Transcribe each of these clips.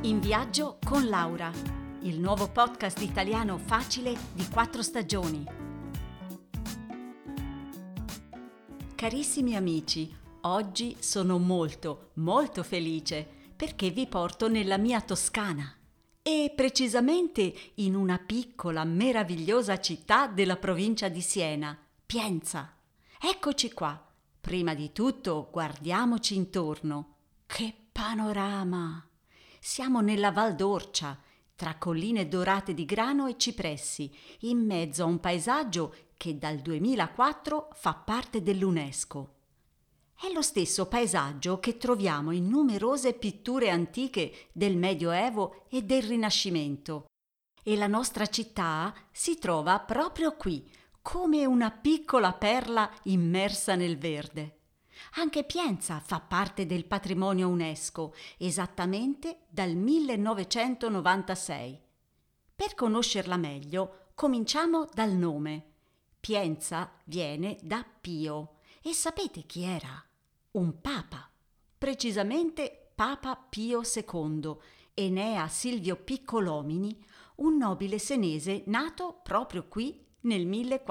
In viaggio con Laura, il nuovo podcast italiano facile di 4 stagioni. Carissimi amici, oggi sono molto felice perché vi porto nella mia Toscana e precisamente in una piccola, meravigliosa città della provincia di Siena, Pienza. Eccoci qua. Prima di tutto guardiamoci intorno. Che panorama! Siamo nella Val d'Orcia, tra colline dorate di grano e cipressi, in mezzo a un paesaggio che dal 2004 fa parte dell'UNESCO. È lo stesso paesaggio che troviamo in numerose pitture antiche del Medioevo e del Rinascimento. E la nostra città si trova proprio qui, come una piccola perla immersa nel verde. Anche Pienza fa parte del patrimonio UNESCO, esattamente dal 1996. Per conoscerla meglio, cominciamo dal nome. Pienza viene da Pio. E sapete chi era? Un papa. Precisamente Papa Pio II, Enea Silvio Piccolomini, un nobile senese nato proprio qui nel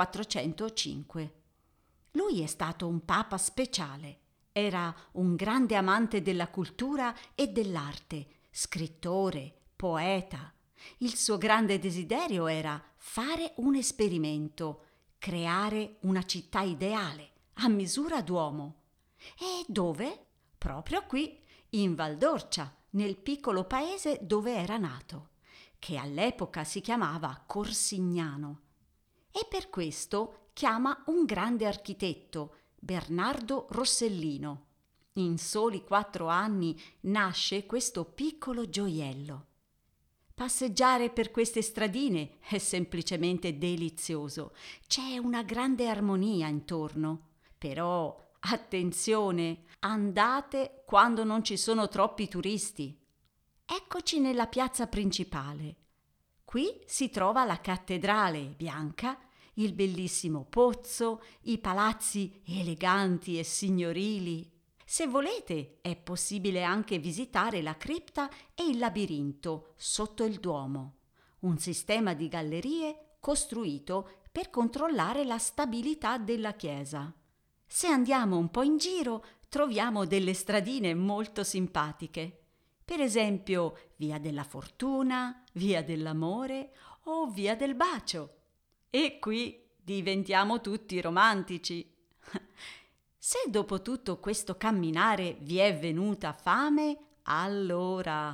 1405. Lui è stato un papa speciale. Era un grande amante della cultura e dell'arte, scrittore, poeta. Il suo grande desiderio era fare un esperimento, creare una città ideale, a misura d'uomo. E dove? Proprio qui, in Val d'Orcia, nel piccolo paese dove era nato, che all'epoca si chiamava Corsignano. E per questo chiama un grande architetto, Bernardo Rossellino. In soli 4 anni nasce questo piccolo gioiello. Passeggiare per queste stradine è semplicemente delizioso. C'è una grande armonia intorno. Però, attenzione, andate quando non ci sono troppi turisti. Eccoci nella piazza principale. Qui si trova la cattedrale bianca, il bellissimo pozzo, i palazzi eleganti e signorili. Se volete, è possibile anche visitare la cripta e il labirinto sotto il Duomo, un sistema di gallerie costruito per controllare la stabilità della chiesa. Se andiamo un po' in giro, troviamo delle stradine molto simpatiche. Per esempio, Via della Fortuna, Via dell'Amore o Via del Bacio. E qui diventiamo tutti romantici. Se dopo tutto questo camminare vi è venuta fame, allora,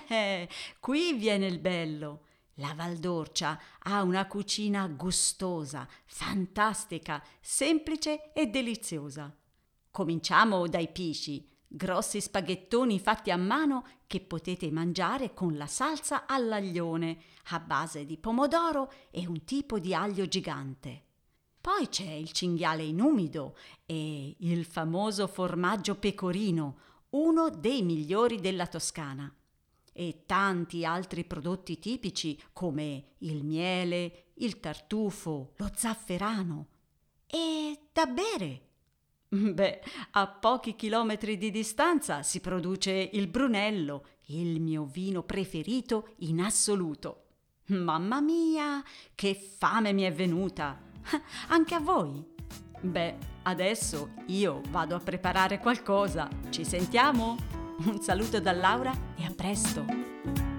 qui viene il bello. La Val d'Orcia ha una cucina gustosa, fantastica, semplice e deliziosa. Cominciamo dai pisci, grossi spaghettoni fatti a mano che potete mangiare con la salsa all'aglione, a base di pomodoro e un tipo di aglio gigante. Poi c'è il cinghiale in umido e il famoso formaggio pecorino, uno dei migliori della Toscana. E tanti altri prodotti tipici come il miele, il tartufo, lo zafferano. E da bere. Beh, a pochi chilometri di distanza si produce il Brunello, il mio vino preferito in assoluto. Mamma mia, che fame mi è venuta! Anche a voi? Beh, adesso io vado a preparare qualcosa. Ci sentiamo? Un saluto da Laura e a presto!